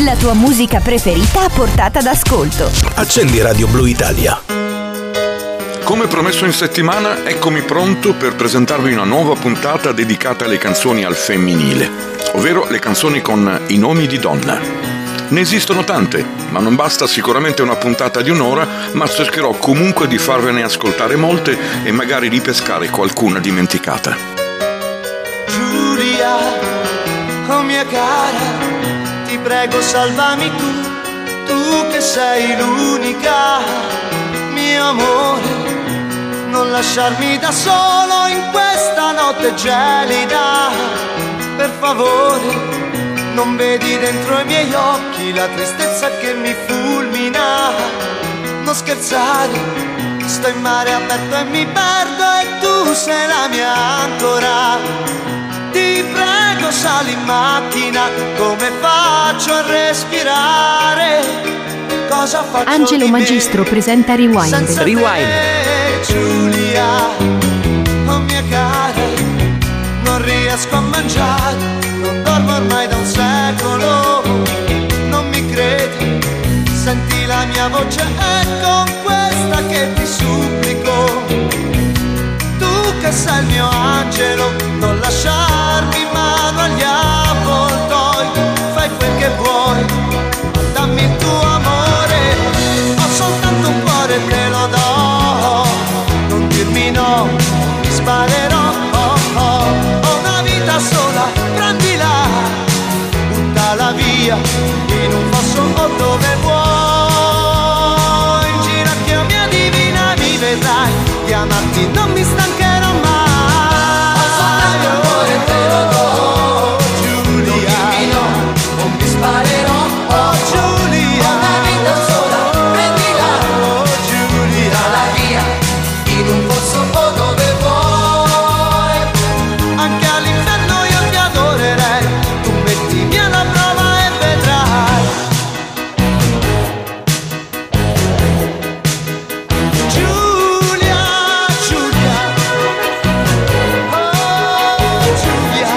La tua musica preferita a portata d'ascolto. Accendi Radio Blu Italia. Come promesso in settimana, eccomi pronto per presentarvi una nuova puntata dedicata alle canzoni al femminile, ovvero le canzoni con i nomi di donna. Ne esistono tante, ma non basta sicuramente una puntata di un'ora, ma cercherò comunque di farvene ascoltare molte e magari ripescare qualcuna dimenticata. Giulia, oh mia cara, ti prego salvami tu che sei l'unica, mio amore. Non lasciarmi da solo in questa notte gelida, per favore, non vedi dentro i miei occhi la tristezza che mi fulmina. Non scherzare, sto in mare aperto e mi perdo e tu sei la mia ancora. Ti prego sali in macchina, come faccio a respirare? Cosa faccio? Angelo Magistro presenta Rewind. Rewind. Giulia, oh mia cara, non riesco a mangiare, non dormo ormai da un secolo. Non mi credi? Senti la mia voce, è con questa che ti supplico. Tu che sei il mio angelo, non lasciarmi in mano agli avvoltoi. Fai quel che vuoi, ma dammi il tuo amore. Ho soltanto un cuore, te lo do. Non dirmi no, mi sparerò. Ho una vita sola, prendila, buttala via in un fosso o dove vuoi. In ginocchio mia divina mi vedrai, di amarti non mi stancherò mai. Ho soltanto un cuore, te lo do. Giulia, non dirmi no, non mi sparerò. Oh Giulia, ho una vita sola, prendila, oh Giulia, buttala via in un fosso o dove vuoi. Anche all'inferno io ti adorerei, tu mettimi alla prova e vedrai. Giulia, Giulia, oh Giulia,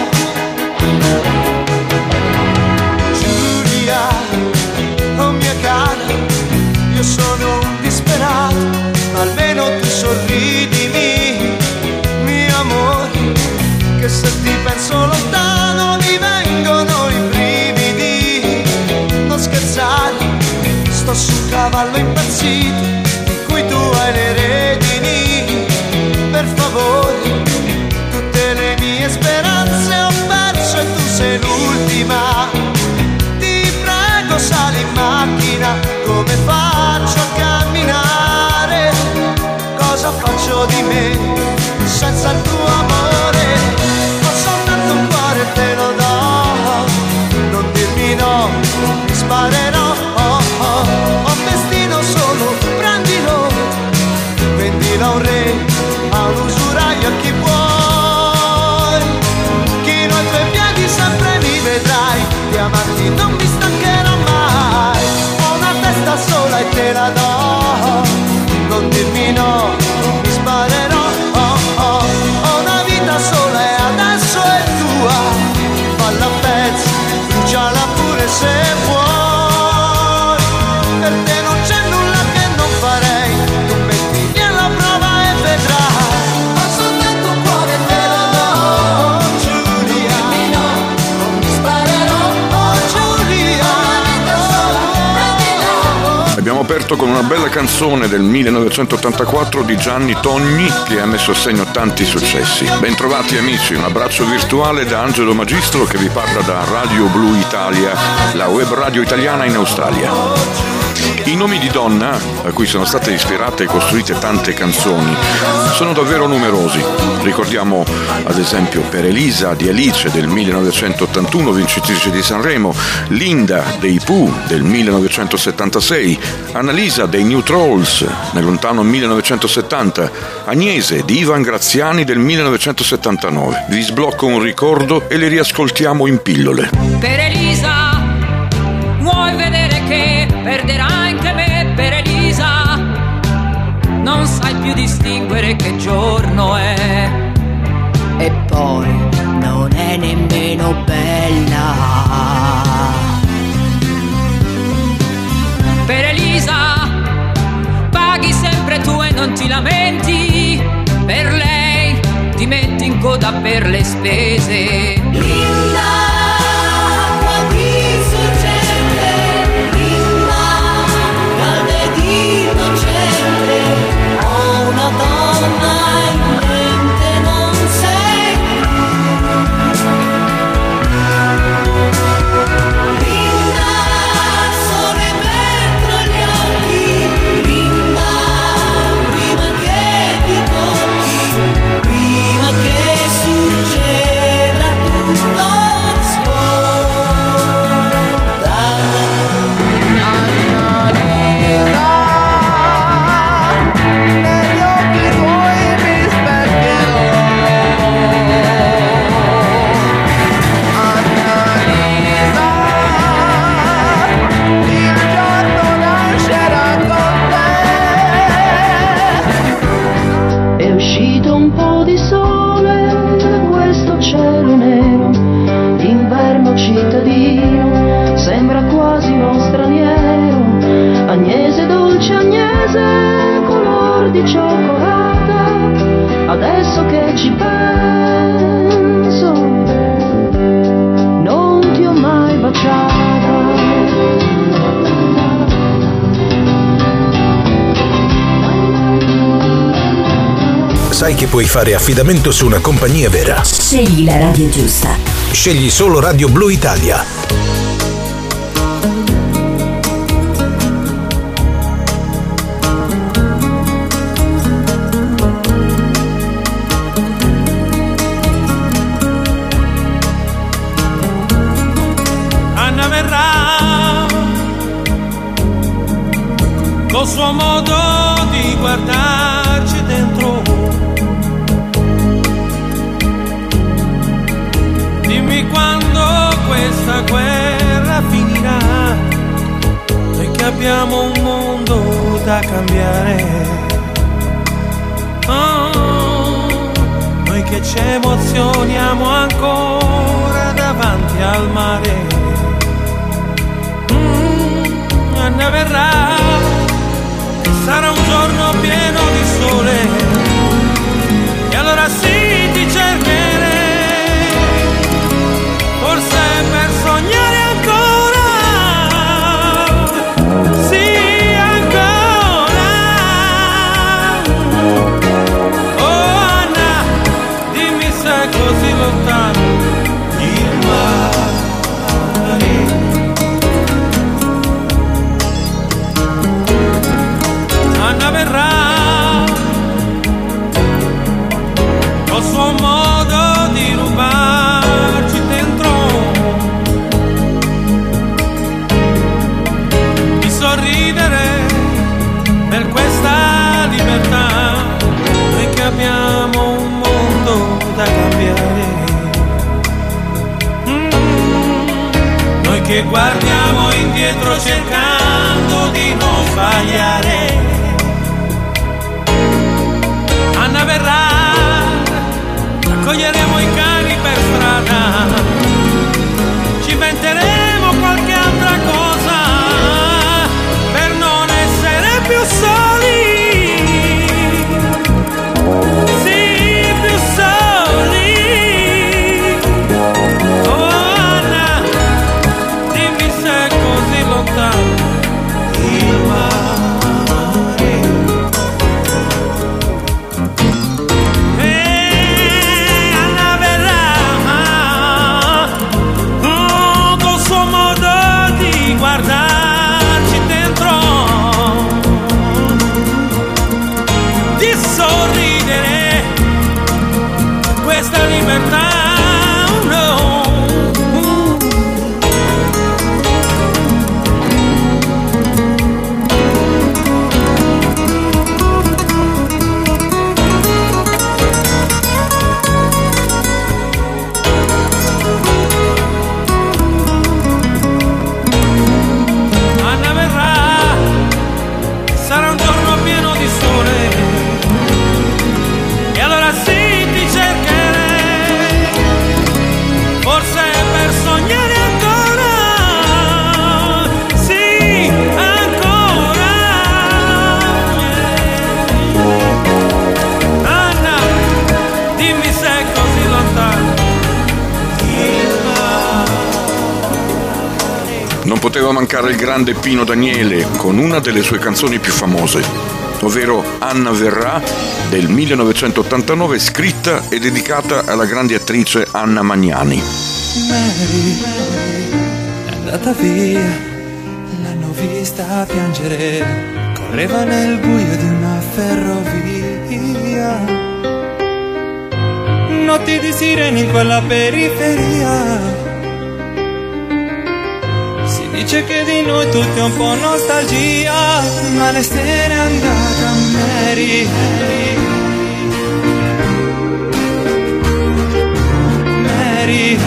Giulia, oh mia cara, io sono un disperato, ma almeno tu sorridimi, mio amore, che se ti penso lontano mi vengono i brividi. Non scherzare, sto su un cavallo impazzito di cui tu hai le redini. Per favore, tutte le mie speranze ho perso e tu sei l'ultima. Ti prego sali in macchina, come faccio a camminare? Cosa faccio di me senza il tuo amore? Ho soltanto un cuore, te lo do. Non dirmi no, mi sparerò. Ho un destino solo, prendilo. Vendilo a un re, a un usuraio, a chi vuoi. Chino ai tuoi piedi sempre mi vedrai, di amarti non mi stancherò mai. Ho una testa sola e te la do. Non dirmi no, mi sparerò. Ho una vita sola e adesso è tua. Falla a pezzi, bruciala pure se vuoi. Per te non c'è nulla che non farei, tu mettimi alla prova e vedrai. Ho soltanto un cuore, te lo do. Oh Giulia, no, non mi sparerò. Oh Giulia, una vita sola, prendila. Abbiamo aperto con una bella canzone del 1984 di Gianni Togni che ha messo a segno tanti successi. Bentrovati amici, un abbraccio virtuale da Angelo Magistro che vi parla da Radio Blu Italia, la web radio italiana in Australia. I nomi di donna, a cui sono state ispirate e costruite tante canzoni, sono davvero numerosi. Ricordiamo ad esempio Per Elisa di Alice del 1981, vincitrice di Sanremo, Linda dei Pooh del 1976, Annalisa dei New Trolls nel lontano 1970, Agnese di Ivan Graziani del 1979. Vi sblocco un ricordo e le riascoltiamo in pillole. Per Elisa, vuoi vedere che perderai anche me? Per Elisa, non sai più distinguere che giorno è. E poi non è nemmeno bella. ti lamenti, per lei ti metti in coda per le spese. Linda, acqua di sorgente, linda, calda ed innocente, ho una donna in mente, non sei. Linda, sole dentro gli occhi, linda, prima che ti tocchi, prima che succeda tutto scorda. Negli occhi tuoi mi specchierò. Annalisa, il giorno nascerà con te. È uscito un po' di sole da questo cielo nero, l'inverno cittadino sembra quasi uno straniero. Agnese, dolce Agnese, color di cioccolata, adesso che ci penso, non ti ho mai baciata. Sai che puoi fare affidamento su una compagnia vera. Scegli la radio giusta. Scegli solo Radio Blu Italia. Anna verrà col suo modo di guardarci dentro. Dimmi quando questa guerra finirà, noi che abbiamo un mondo da cambiare. Oh, noi che ci emozioniamo ancora davanti al mare. Anna verrà e sarà un giorno pieno di sole, e allora sì ti cercherei, forse per sognare ancora, sì ancora. Oh Anna, dimmi se è così lontano il mare. Anna verrà col suo modo di rubarci dentro, di sorridere per questa libertà, noi che abbiamo un mondo da cambiare. Noi che guardiamo indietro cercando di non sbagliare. Anna verrà, raccoglieremo i cani per strada, ci inventeremo qualche altra cosa per non essere più soli. Sì, più soli. Oh Anna, dimmi se è così lontano il mare. Anna Non poteva mancare il grande Pino Daniele con una delle sue canzoni più famose, ovvero Anna verrà del 1989, scritta e dedicata alla grande attrice Anna Magnani. Mary è andata via, l'hanno vista piangere, correva nel buio di una ferrovia. Notti di sirene in quella periferia. Si dice che di noi tutti è un po' nostalgia, ma lei se n'è andata, Mary. Mary.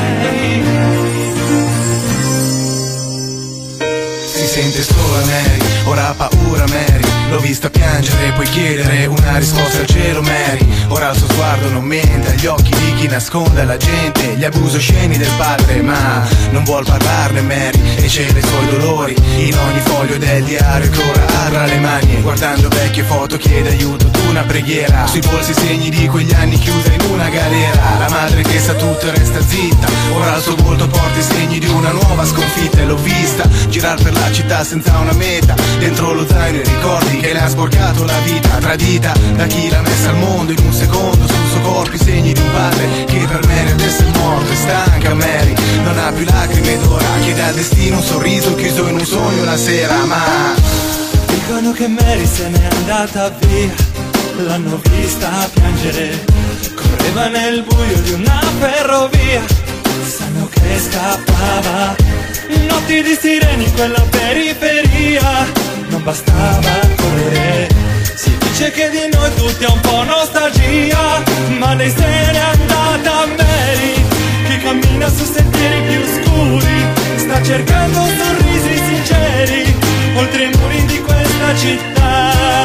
Si sente sola Mary, ora ha paura Mary. L'ho vista piangere, puoi chiedere una risposta al cielo Mary. Ora il suo sguardo non mente agli occhi di chi nasconde alla gente gli abusi osceni del padre, ma non vuol parlarne Mary e cela i suoi dolori in ogni foglio del diario che ora ha tra le mani. Guardando vecchie foto chiede aiuto ad una preghiera, sui polsi segni di quegli anni chiusa in una galera. La madre che sa tutto e resta zitta, ora il suo volto porta i segni di una nuova sconfitta. E l'ho vista girar per la città senza una meta, dentro lo zaino i ricordi che le ha sporcato la vita, tradita da chi l'ha messa al mondo in un secondo. Sul suo corpo i segni di un padre che per Mary adesso è morto. È stanca Mary, non ha più lacrime d'ora, chiede al destino un sorriso chiuso in un sogno la sera. Ma dicono che Mary se n'è andata via, l'hanno vista piangere, correva nel buio di una ferrovia. Sanno che scappava, notti di sirene in quella periferia. Non bastava correre, si dice che di noi tutti è un po' nostalgia, ma lei se n'è andata Mary, che cammina su sentieri più scuri, sta cercando sorrisi sinceri oltre i muri di questa città.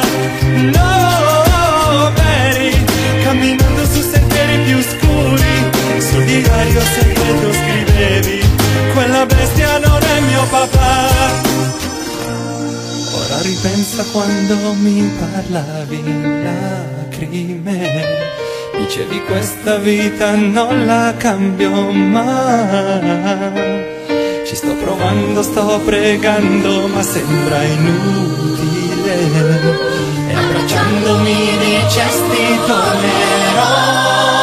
No Mary, camminando su sentieri più scuri, sul diario segreto scrivevi: quella bestia non è mio papà. Ora ripensa quando mi parlavi in lacrime, dicevi questa vita non la cambio mai. Ci sto provando, sto pregando, ma sembra inutile, e abbracciandomi dicesti tornerò.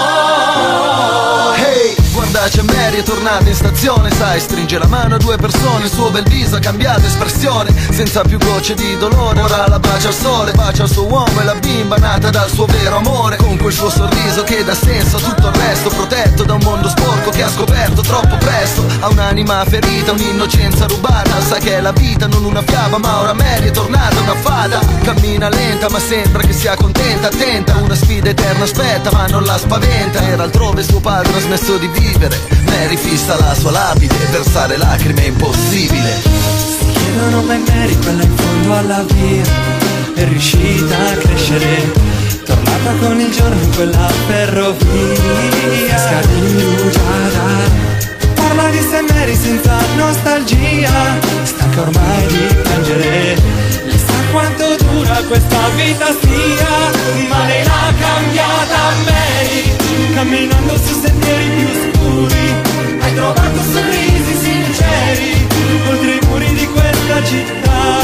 C'è Mary, è tornata in stazione, sai, stringe la mano a due persone, il suo bel viso ha cambiato espressione, senza più gocce di dolore, ora la bacia al sole, bacia il suo uomo e la bimba nata dal suo vero amore, con quel suo sorriso che dà senso a tutto il resto, protetto da un mondo sporco che ha scoperto troppo presto, ha un'anima ferita, un'innocenza rubata, sa che è la vita, non una fiaba, ma ora Mary è tornata una fata, cammina lenta ma sembra che sia contenta, attenta, una sfida eterna aspetta ma non la spaventa, era altrove suo padre ha smesso di vivere, Mary fissa la sua lapide, versare lacrime è impossibile. Si chiedono mai Mary, quella in fondo alla via, è riuscita a crescere, tornata con il giorno in quella ferrovia, scardigliata, parla di sé Mary senza nostalgia, stanca ormai di piangere, lei sa quanto dura questa vita sia, ma lei l'ha cambiata Mary, camminando su sentieri più scuri, hai trovato sorrisi sinceri oltre i muri di questa città.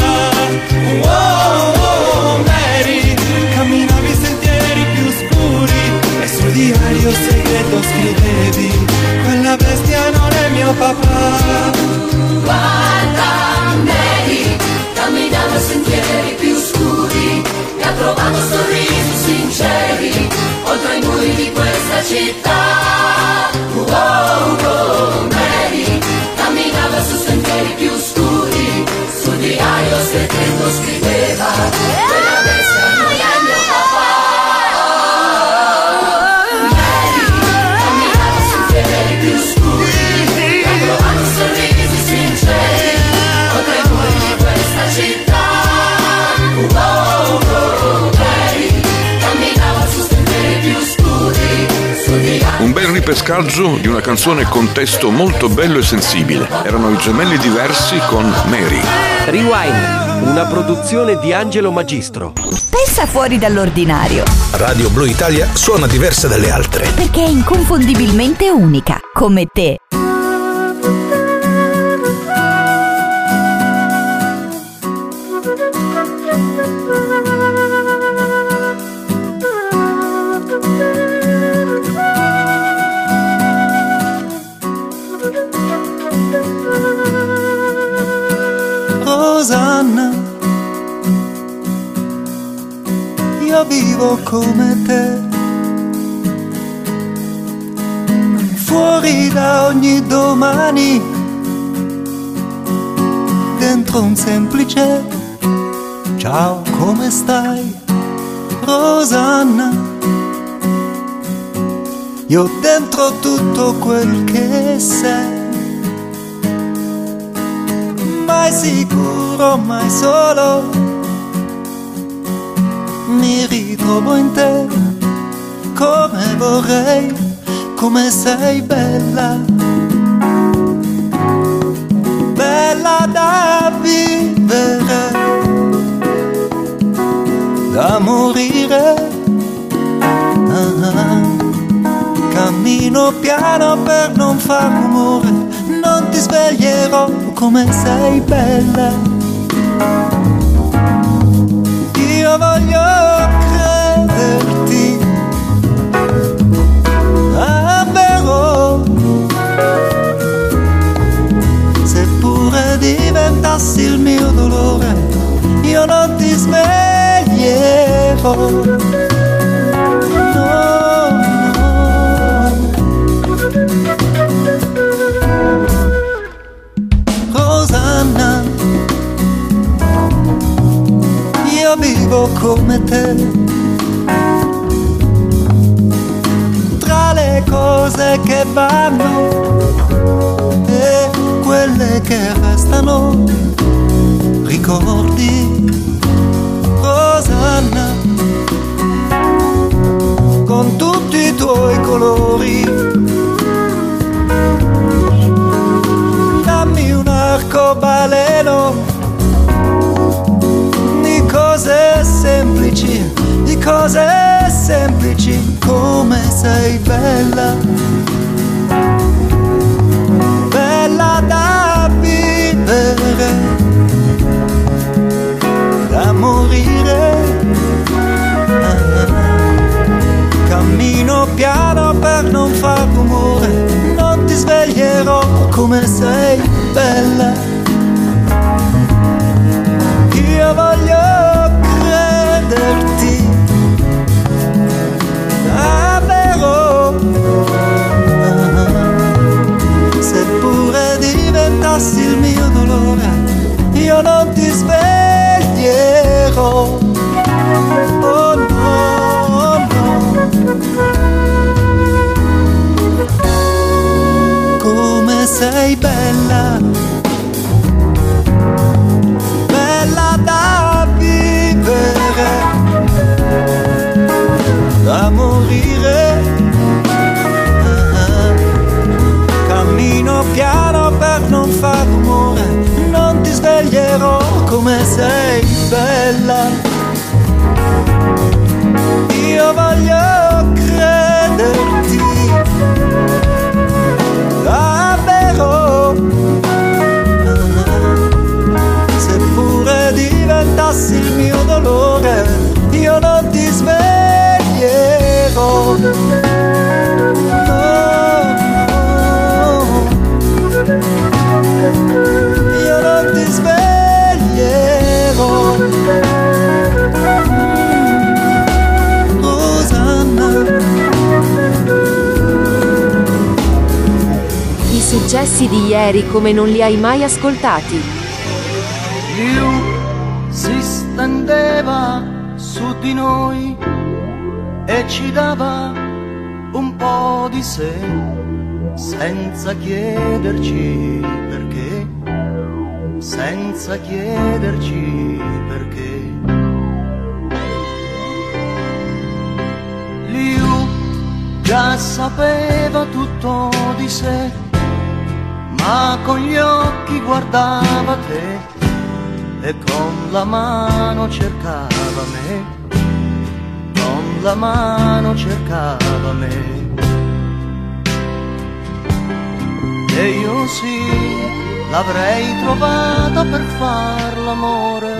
Oh, Mary, camminavi sentieri più scuri e sul diario segreto scrivevi: quella bestia non è mio papà. Guarda Mary, camminava sentieri più scuri e ha trovato sorrisi sinceri oltre i muri di questa città. Oh, Mary, camminava su sentieri più scuri, sul diario segreto scriveva: quella bestia non è mio papà. Mary, camminava su sentieri più scuri, ha trovato sorrisi sinceri oltre i muri di questa città. Oh, Mary, camminava su sentieri più scuri, sul diario. Un bel ripescaggio di una canzone con testo molto bello e sensibile. Erano i Gemelli Diversi con Mary. Rewind, una produzione di Angelo Magistro. Pensa fuori dall'ordinario. Radio Blu Italia suona diversa dalle altre. Perché è inconfondibilmente unica, come te. Rosanna, io vivo come te, fuori da ogni domani, dentro un semplice ciao, come stai, Rosanna? Io dentro tutto quel che sei, mai sicuro, mai solo, mi ritrovo in te, come vorrei, come sei bella, bella da vivere, da morire. Cammino piano per non far rumore, non ti sveglierò, come sei bella. Io voglio crederti, davvero, seppure diventassi il mio dolore, io non ti sveglierò. Rosanna, io vivo come te, tra le cose che vanno e quelle che restano, ricordi, Rosanna, con tutti i tuoi colori. Dammi un arcobaleno di cose semplici, come sei bella, bella da vivere, da morire. Cammino piano per non far rumore, non ti sveglierò, come sei bella. Io voglio crederti, davvero, seppure diventassi il mio dolore, io non ti sveglierò. Oh no, come sei bella, bella da vivere, da morire. Cammino piano per non far rumore, non ti sveglierò, come sei bella. Io voglio crederti, davvero, seppure diventassi il mio dolore, io non ti sveglierò. Io non ti sveglierò. I successi di ieri come non li hai mai ascoltati. Più si stendeva su di noi e ci dava un po' di sé, senza chiederci perché, senza chiederci perché. Liu già sapeva tutto di sé, ma con gli occhi guardava te e con la mano cercava me, con la mano cercava me. E io sì, l'avrei trovata per far l'amore.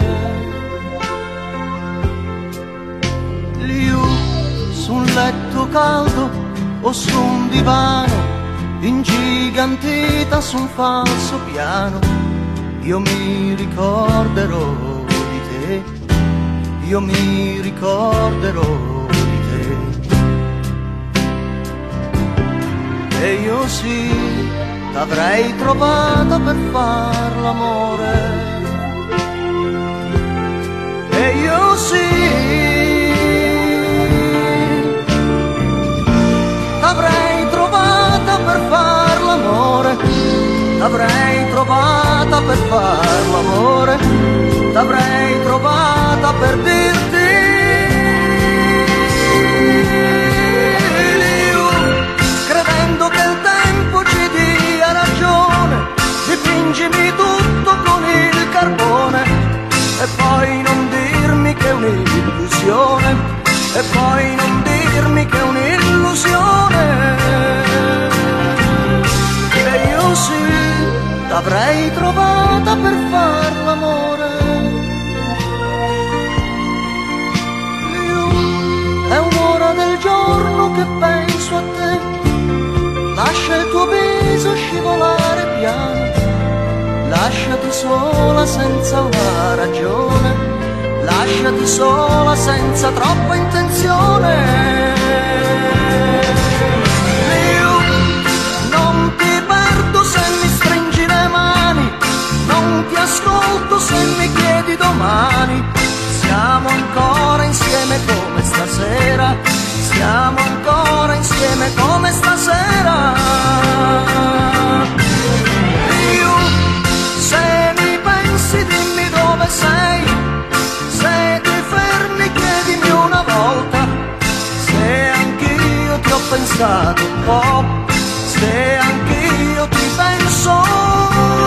Liu, su un letto caldo o su un divano, ingigantita su un falso piano, io mi ricorderò di te, io mi ricorderò di te. E io sì, t'avrei trovata per far l'amore. E io sì, t'avrei trovata per far l'amore, t'avrei trovata per far l'amore, t'avrei trovata per dirti io, credendo che il tempo ci dia ragione, dipingimi tutto con il carbone e poi non dirmi che è un'illusione, e poi non dirmi che è un'illusione. E io sì, t'avrei trovata per far l'amore. Io è un'ora del giorno che penso a te, lascia il tuo viso scivolare piano, lasciati sola senza una ragione, lasciati sola senza troppa intenzione. Io non ti perdo se mi stringi le mani, non ti ascolto se mi chiedi domani. Siamo ancora insieme come stasera, siamo ancora insieme come stasera. Io, se mi pensi dimmi dove sei, se ti fermi chiedimi una volta, se anch'io ti ho pensato un po', se anch'io ti penso.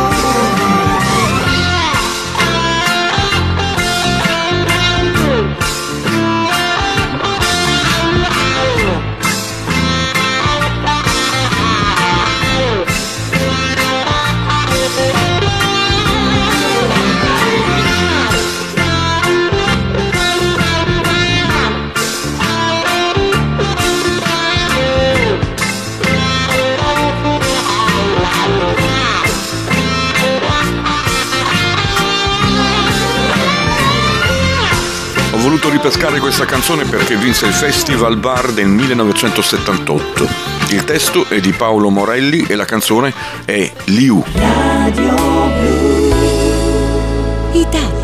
Ho voluto ripescare questa canzone perché vinse il Festival Bar del 1978. Il testo è di Paolo Morelli e la canzone è Liu. Radio Blu Italia.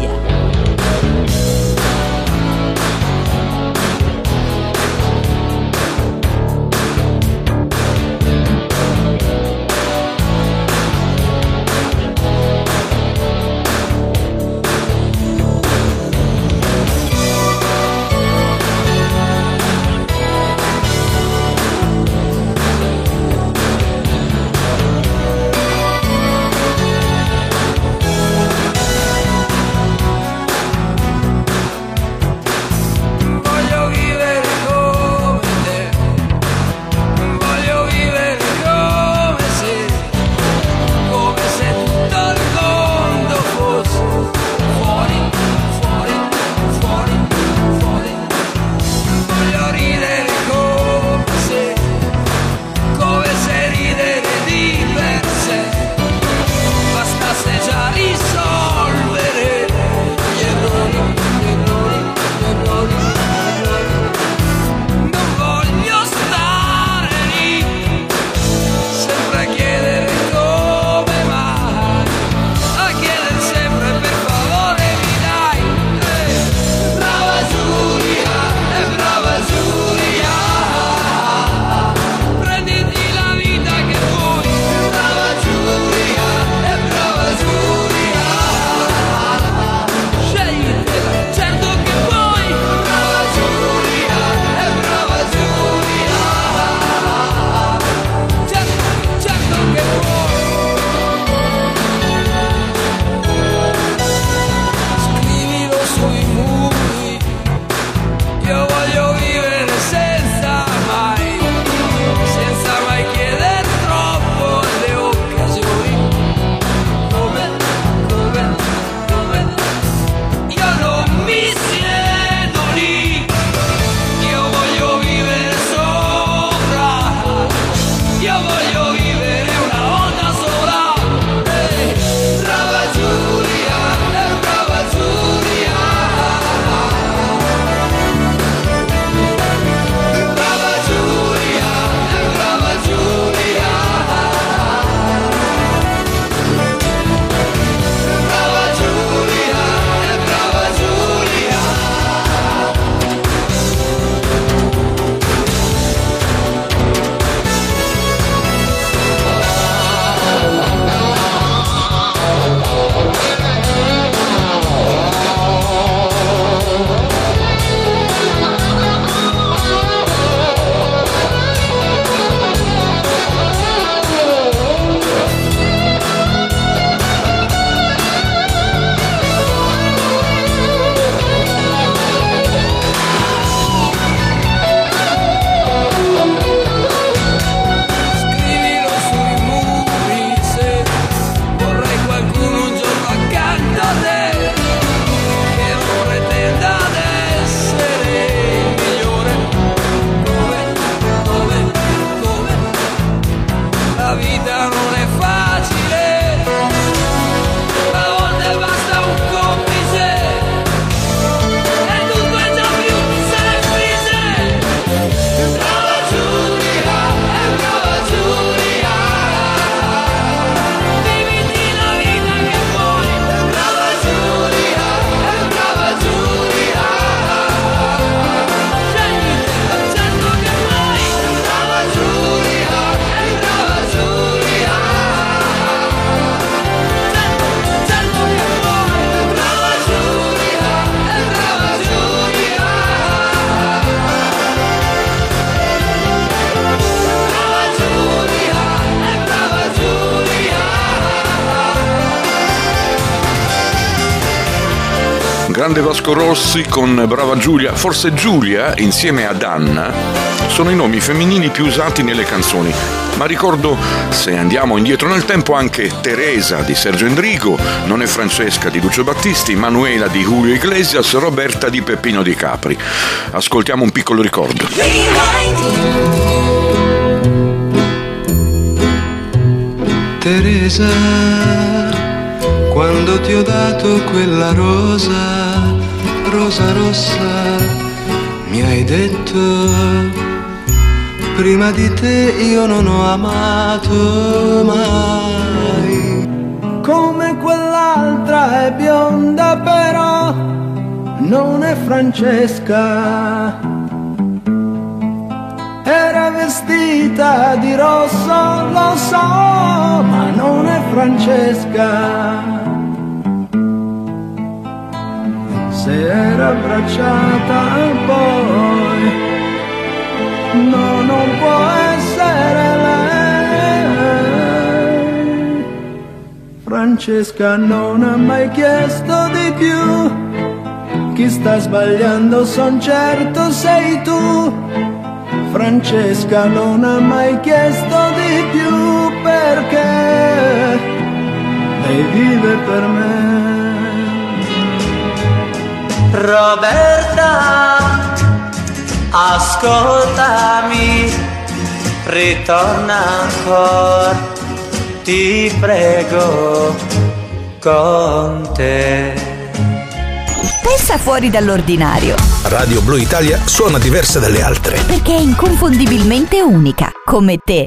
Grande Vasco Rossi con Brava Giulia, forse Giulia insieme ad Anna sono i nomi femminili più usati nelle canzoni, ma ricordo, se andiamo indietro nel tempo, anche Teresa di Sergio Endrigo, Non è Francesca di Lucio Battisti, Manuela di Julio Iglesias, Roberta di Peppino Di Capri. Ascoltiamo un piccolo ricordo. Teresa, quando ti ho dato quella rosa, rosa rossa, mi hai detto, prima di te io non ho amato mai. Come quell'altra è bionda però non è Francesca. Era vestita di rosso, lo so, ma non è Francesca. Se era abbracciata poi, no, non può essere lei. Francesca non ha mai chiesto di più. Chi sta sbagliando son certo sei tu. Francesca non ha mai chiesto di più perché lei vive per me. Roberta, ascoltami, ritorna ancora, ti prego, con te. Pensa fuori dall'ordinario. Radio Blu Italia suona diversa dalle altre. Perché è inconfondibilmente unica, come te.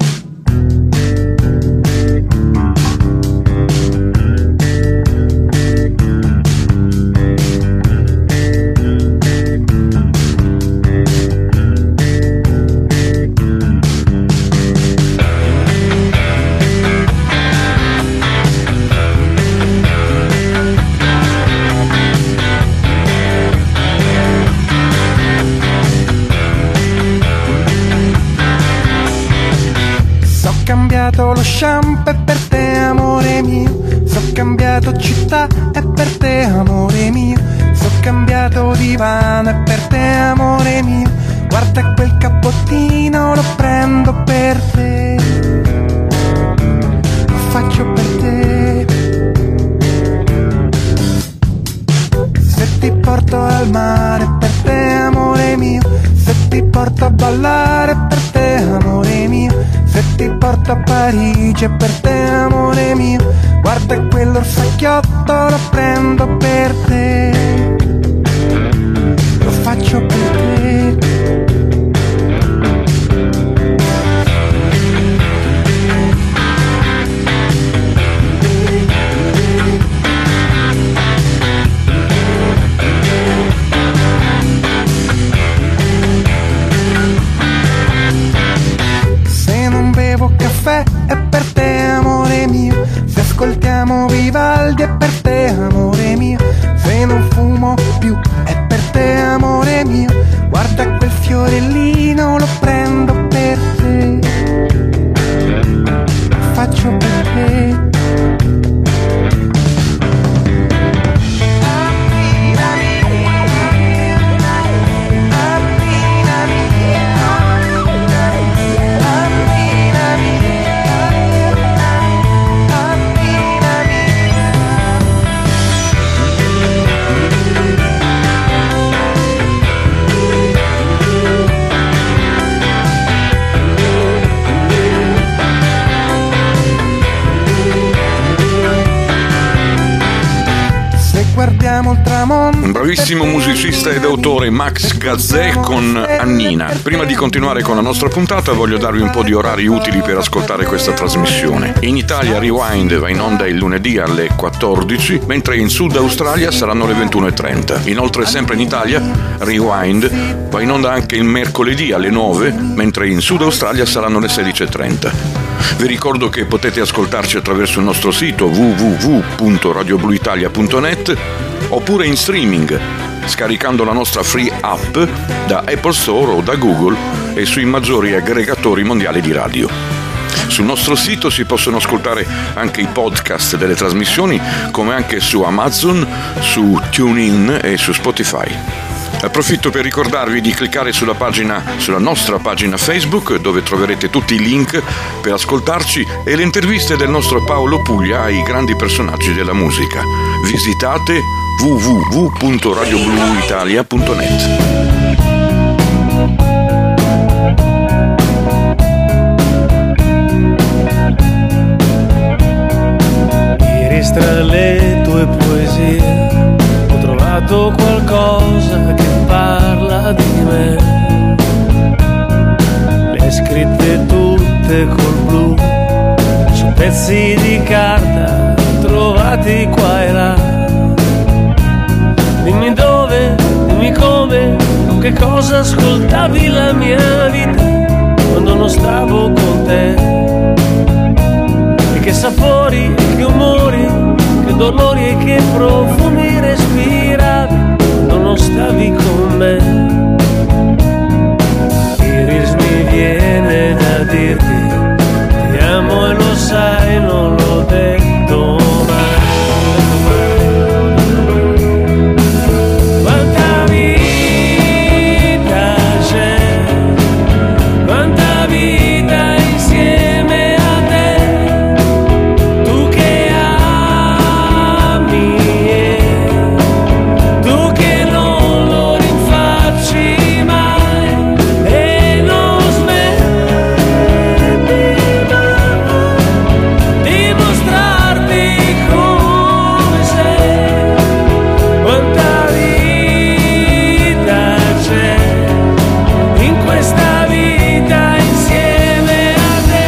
Lo shampoo è per te amore mio, so cambiato città è per te amore mio, so cambiato divano è per te amore mio, guarda quel cappottino lo prendo per te, lo faccio per te. Se ti porto al mare per te amore mio, se ti porto a ballare per te amore mio, se ti porto a Parigi per te amore mio, guarda quell'orsacchiotto lo prendo per te, lo faccio per te. Caffè è per te amore mio, se ascoltiamo Vivaldi è per te amore mio, se non fumo più è per te amore mio, guarda quel fiorellino lo prendo per te, lo faccio per te. Guardiamo il tramonto. Un bravissimo musicista ed autore, Max Gazzè con Annina. Prima di continuare con la nostra puntata voglio darvi un po' di orari utili per ascoltare questa trasmissione. In Italia Rewind va in onda il lunedì alle 14, mentre in Sud Australia saranno le 21:30. Inoltre sempre in Italia Rewind va in onda anche il mercoledì alle 9, mentre in Sud Australia saranno le 16:30. Vi ricordo che potete ascoltarci attraverso il nostro sito www.radiobluitalia.net oppure in streaming, scaricando la nostra free app da Apple Store o da Google e sui maggiori aggregatori mondiali di radio. Sul nostro sito si possono ascoltare anche i podcast delle trasmissioni, come anche su Amazon, su TuneIn e su Spotify. Approfitto per ricordarvi di cliccare sulla nostra pagina Facebook, dove troverete tutti i link per ascoltarci e le interviste del nostro Paolo Puglia ai grandi personaggi della musica. Visitate www.radiobluitalia.net. Ieri tra le tue poesie ho trovato qualcosa che parla di me. Le hai scritte tutte col blu su pezzi di carta trovati qua e là. Dimmi dove, dimmi come, con che cosa ascoltavi la mia vita quando non stavo con te. E che sapori, che umori, che dolori e che profumi respiravi quando non stavi con me. Iris, mi viene da dirti ti amo e lo sai, non l'ho detto mai. Quanta vita c'è, quanta vita insieme a te, tu che ami e tu che non lo rinfacci mai e non smetti mai di mostrarti come sei. Quanta vita c'è in questa vita insieme a te.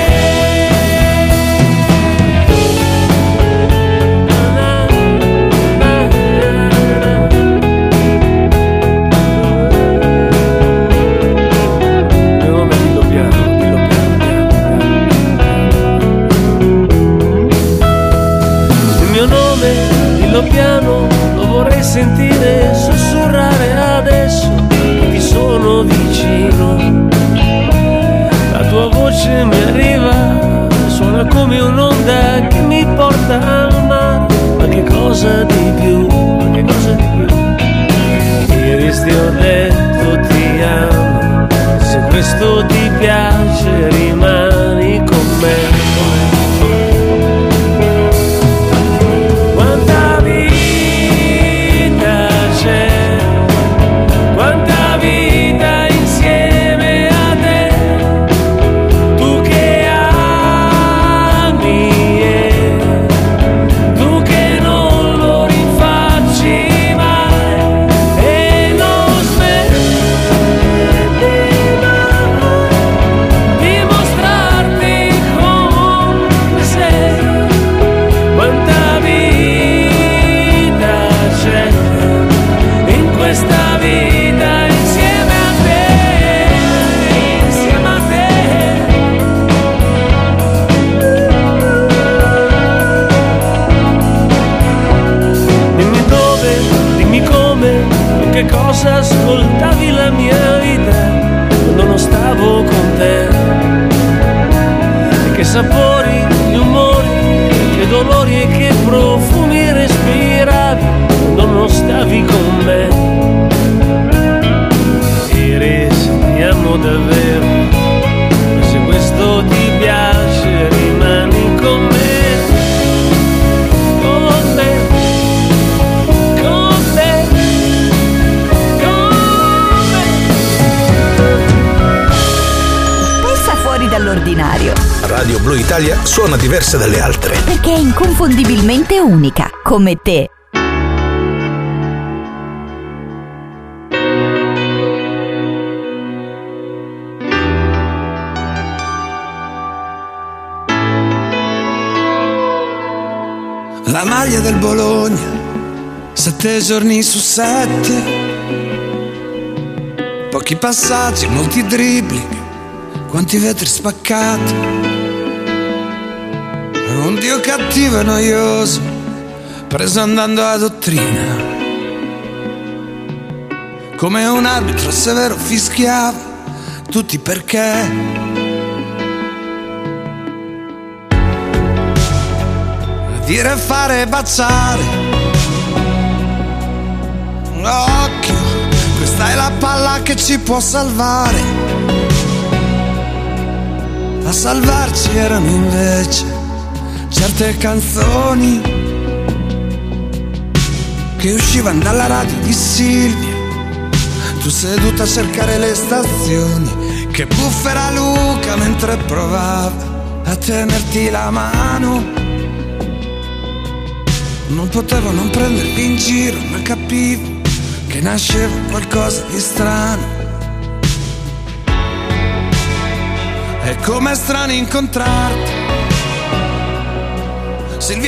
Il mio nome, dillo piano, lo vorrei sentire sussurrare adesso che ti sono vicino. La tua voce mi arriva, suona come un'onda che mi porta al mare. Ma che cosa di più, ma che cosa di più? Ieri ti ho detto ti amo, se questo ti piace rimani con me. Quanta vita c'è, quanta vita insieme a te, tu che ami e tu che non lo rinfacci mai e non smetti mai di mostrarti come sei. Quanta vita c'è in questa vita insieme a te, insieme a te. Dimmi dove, dimmi come, con che cosa ascoltavi la mia vita quando non stavo con te. E che sapori, gli umori, che dolori e che profumi respiravi quando non stavi con me. Iris, ti amo davvero, se questo ti piace rimani con me, con me, con me, con me. Pensa fuori dall'ordinario, Radio Blu Italia suona diversa dalle altre. perché è inconfondibilmente unica, come te. La maglia del Bologna, 7 giorni su 7, pochi passaggi, molti dribbling, quanti vetri spaccati. Un dio cattivo e noioso, preso andando a dottrina, come un arbitro severo fischiava tutti perché dire e fare baciare. Occhio, questa è la palla che ci può salvare. A salvarci erano invece certe canzoni che uscivano dalla radio di Silvia. Tu seduta a cercare le stazioni, che buffera Luca mentre provava a tenerti la mano. Non potevo non prendervi in giro, ma capivo che nasceva qualcosa di strano. È come strano incontrarti. Silvia,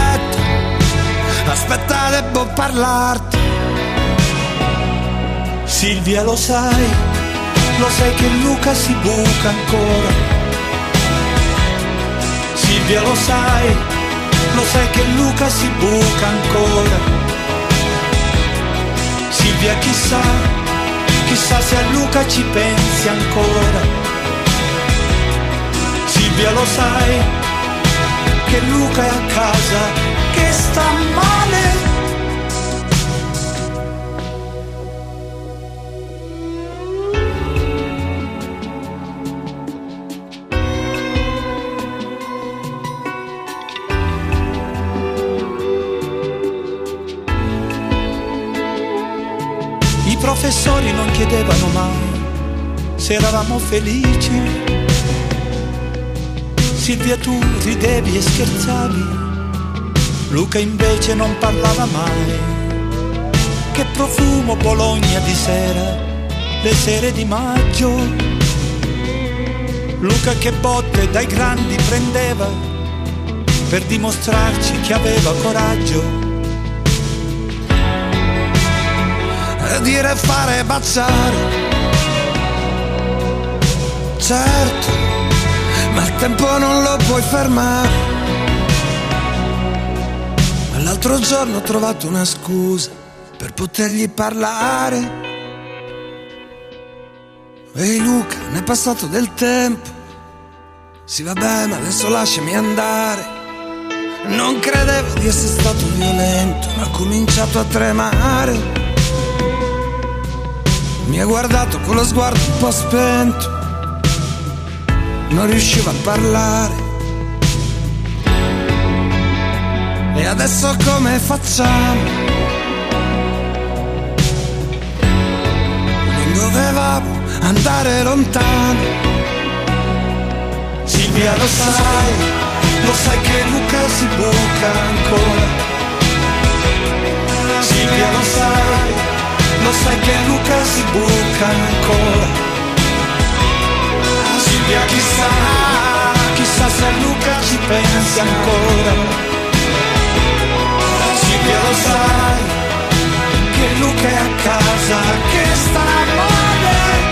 aspetta, devo parlarti. Silvia, lo sai che Luca si buca ancora. Silvia, lo sai che Luca si buca ancora. Silvia, chissà se a Luca ci pensi ancora. Silvia, lo sai che Luca è a casa, che sta male. I professori non chiedevano mai se eravamo felici. Silvia, tu ridevi e scherzavi, Luca invece non parlava mai. Che profumo Bologna di sera, le sere di maggio. Luca che botte dai grandi prendeva per dimostrarci che aveva coraggio. E dire e fare baciare, certo, ma il tempo non lo puoi fermare. Ma l'altro giorno ho trovato una scusa per potergli parlare. Ehi Luca, ne è passato del tempo. Sì vabbè, ma adesso lasciami andare. Non credevo di essere stato violento, ma ho cominciato a tremare. Mi ha guardato con lo sguardo un po' spento, non riuscivo a parlare. E adesso come facciamo? Non dovevamo andare lontano. Silvia, lo sai che Luca si buca ancora. Silvia, lo sai che Luca si buca ancora. Silvia, chissà se a Luca ci pensi ancora. Silvia, lo sai che Luca è a casa, che sta male.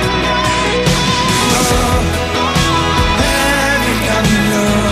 Every time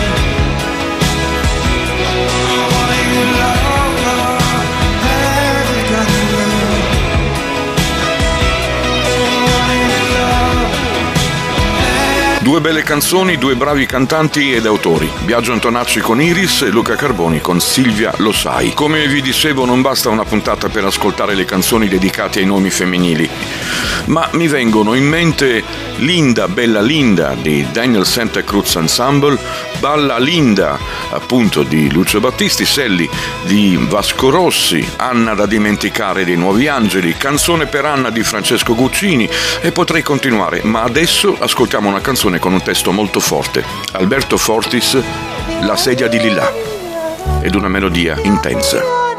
Due belle canzoni, due bravi cantanti ed autori. Biagio Antonacci con Iris e Luca Carboni con Silvia, lo sai. Come vi dicevo, non basta una puntata per ascoltare le canzoni dedicate ai nomi femminili, ma mi vengono in mente Linda, Bella Linda di Daniel Santa Cruz Ensemble, Balla Linda appunto di Lucio Battisti, Selli di Vasco Rossi, Anna da dimenticare dei Nuovi Angeli, Canzone per Anna di Francesco Guccini e potrei continuare, ma adesso ascoltiamo una canzone con un testo molto forte. Alberto Fortis, La sedia di Lillà, ed una melodia intensa.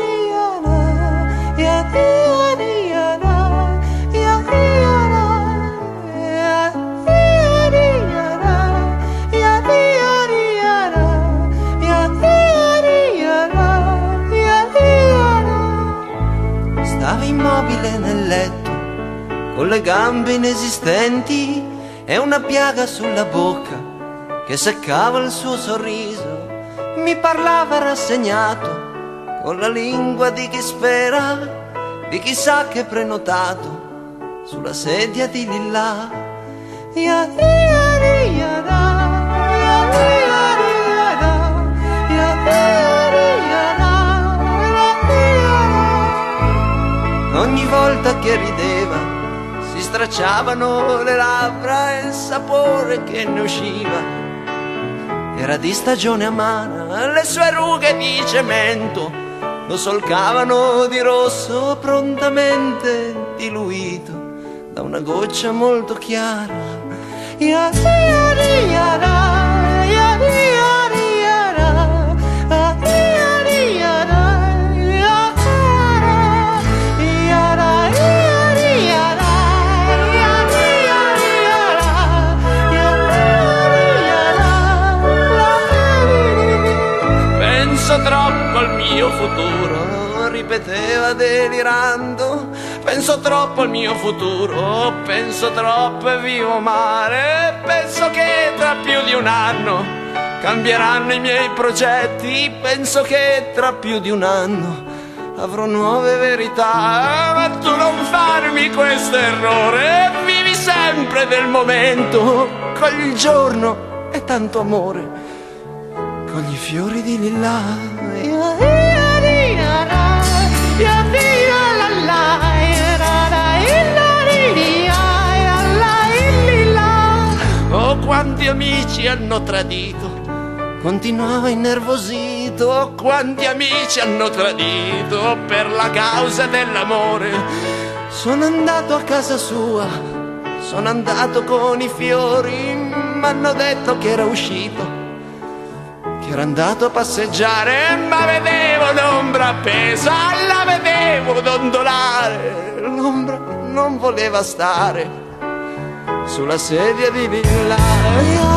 Stava immobile nel letto, con le gambe inesistenti e una piaga sulla bocca che seccava il suo sorriso. Mi parlava rassegnato, con la lingua di chi spera, di chi sa che è prenotato sulla sedia di Lillà. ogni volta che rideva si stracciavano le labbra e il sapore che ne usciva era di stagione amara, le sue rughe di cemento lo solcavano di rosso prontamente diluito da una goccia molto chiara. Penso troppo al mio futuro, ripeteva delirando. Penso troppo al mio futuro, penso troppo e vivo male. Penso che tra più di un anno cambieranno i miei progetti. Penso che tra più di un anno avrò nuove verità. Ma tu non farmi questo errore, vivi sempre del momento. Cogli il giorno e tanto amore, cogli i fiori di lilla. Oh, quanti amici hanno tradito, continuava innervosito. Oh, quanti amici hanno tradito per la causa dell'amore. Sono andato a casa sua, sono andato con i fiori, m'hanno detto che era uscito, che era andato a passeggiare, ma vedevo l'ombra appesa, la vedevo dondolare. L'ombra non voleva stare sulla sedia di villa.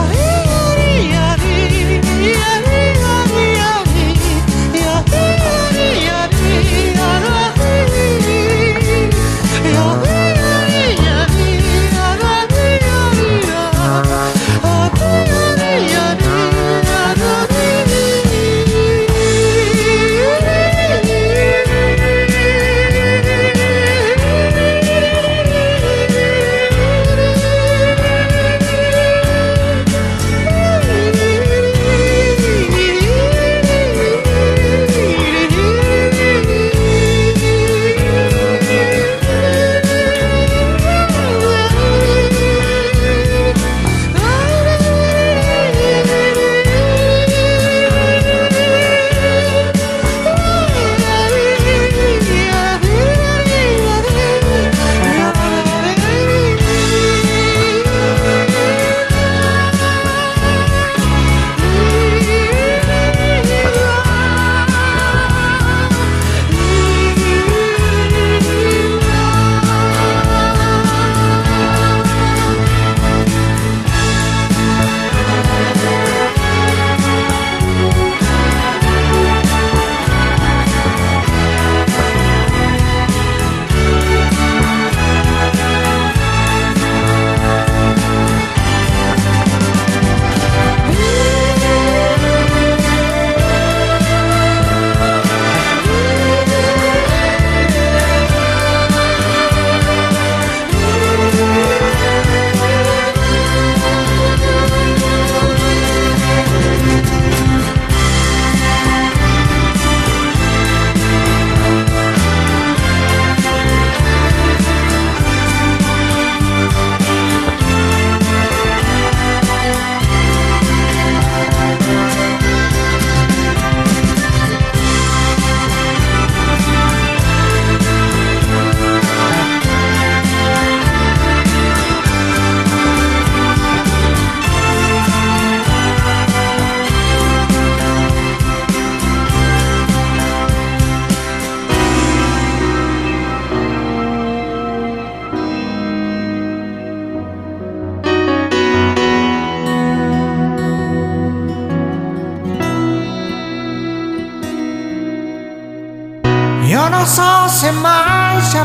Io non so se mai si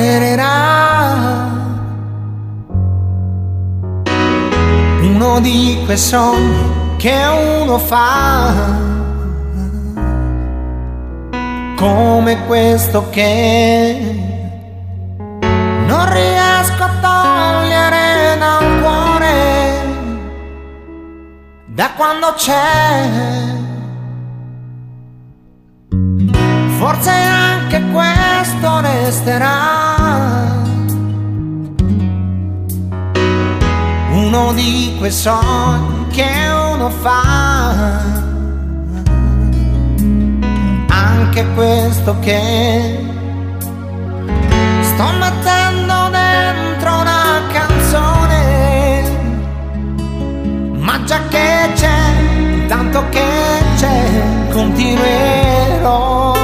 avvererà uno di quei sogni che uno fa, come questo che non riesco a togliere da un cuore da quando c'è. Forse anche questo resterà di quei sogni che uno fa, anche questo che sto mettendo dentro una canzone, ma già che c'è, tanto che c'è, continuerò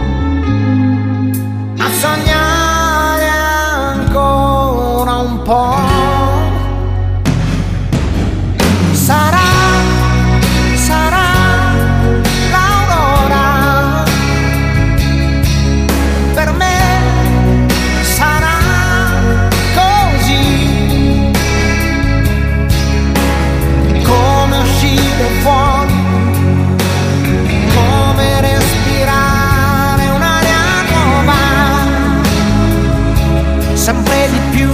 a sognare ancora un po'. Sarà l'aurora, per me sarà così, come uscire fuori, come respirare un'aria nuova, sempre di più.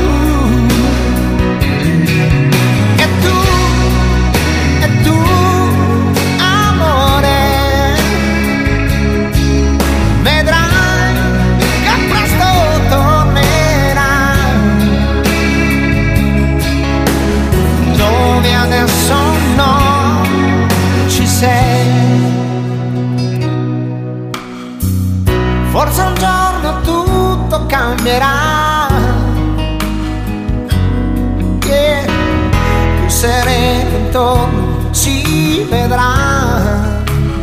Adesso no, ci sei. Forse un giorno tutto cambierà, che più sereno intorno si vedrà.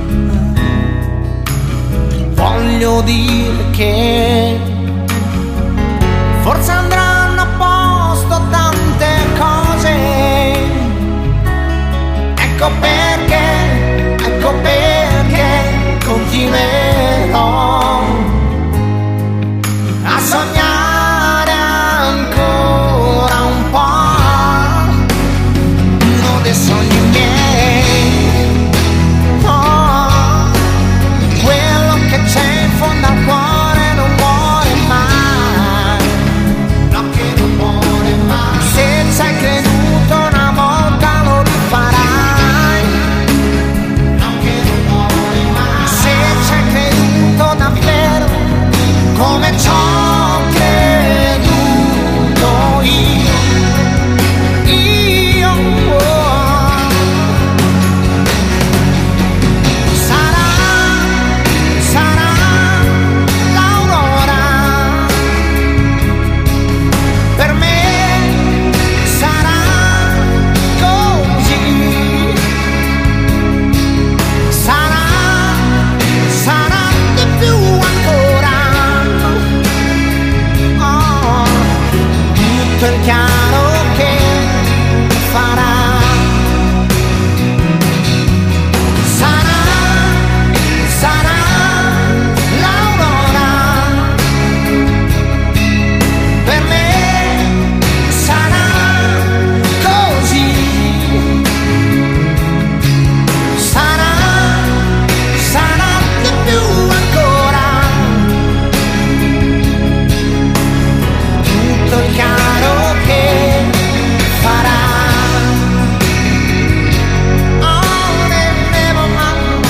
Voglio dire che forse andranno a posto tante cose. Ecco perché continuerò a sognare ancora un po', uno dei sogni miei, oh, quello che c'è in fondo al cuore non muore mai, no, che non muore mai. Se ci hai creduto una volta lo rifarai. Davvero come ci ho creduto io, sarà l'aurora, per me sarà così, sarà più ancora, oh, tutto il chiaro che farà. Sarà l'aurora, per me sarà così, sarà di più ancora, tutto il chiaro che farà. Oh, never mind.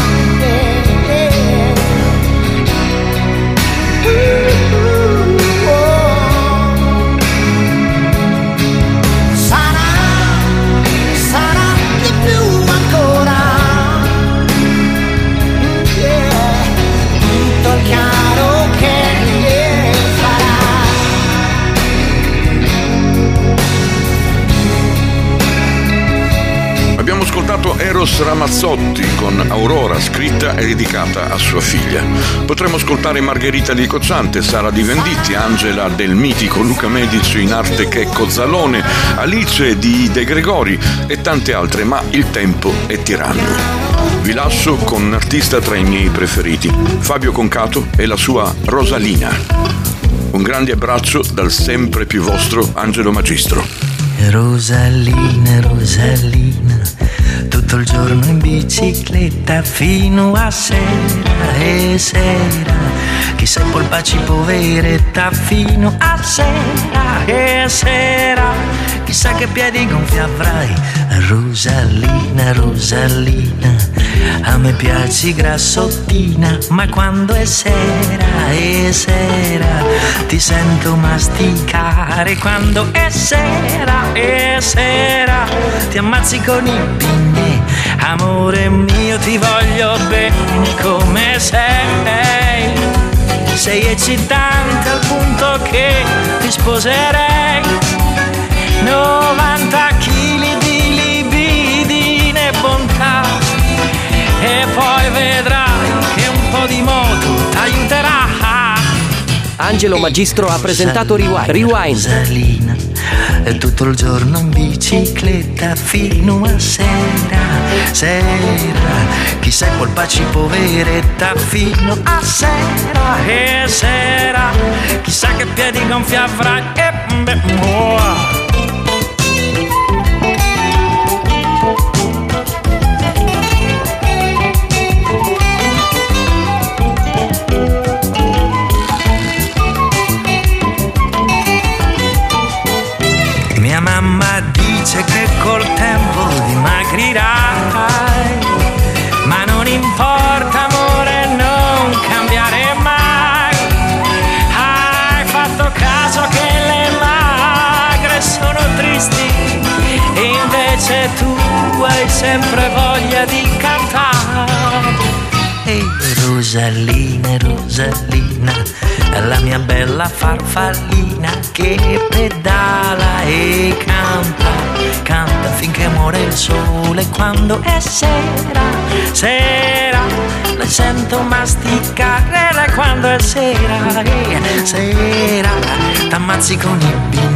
Sarà di più ancora, tutto il chiaro che farà. Abbiamo ascoltato Eros Ramazzotti con Aurora, scritta e dedicata a sua figlia. Potremmo ascoltare Margherita di Cocciante, Sara di Venditti, Angela del mitico Luca Medici in arte Checco Zalone, Alice di De Gregori e tante altre, ma il tempo è tiranno. Vi lascio con un artista tra i miei preferiti, Fabio Concato e la sua Rosalina. Un grande abbraccio dal sempre più vostro Angelo Magistro. Rosalina, Rosalina, tutto il giorno in bicicletta fino a sera e sera, chissà i polpacci poveretta fino a sera e sera, chissà che piedi gonfi avrai. Rosalina, Rosalina, a me piaci grassottina, ma quando è sera e sera ti sento masticare quando è sera, ti ammazzi con i pinne, amore mio ti voglio bene come sei eccitante al punto che ti sposerei, 90 kg di libidine e bontà, e poi vedrai che un po' di moto t'aiuterà. Angelo Magistro ha presentato Rewind. Rosalina, tutto il giorno in bicicletta fino a sera, chi sei colpaci poveretta fino a sera, chissà che piedi gonfi avrai Mia mamma dice che col tempo dimagrirai, ma non importa amore, non cambiare mai. Hai fatto caso che le magre sono tristi, e invece tu hai sempre voglia di cantare. Ehi Rosalina, Rosalina, la mia bella farfallina che pedala e canta finché muore il sole. Quando è sera, la sento masticare. Quando è sera, t'ammazzi con i bimbi,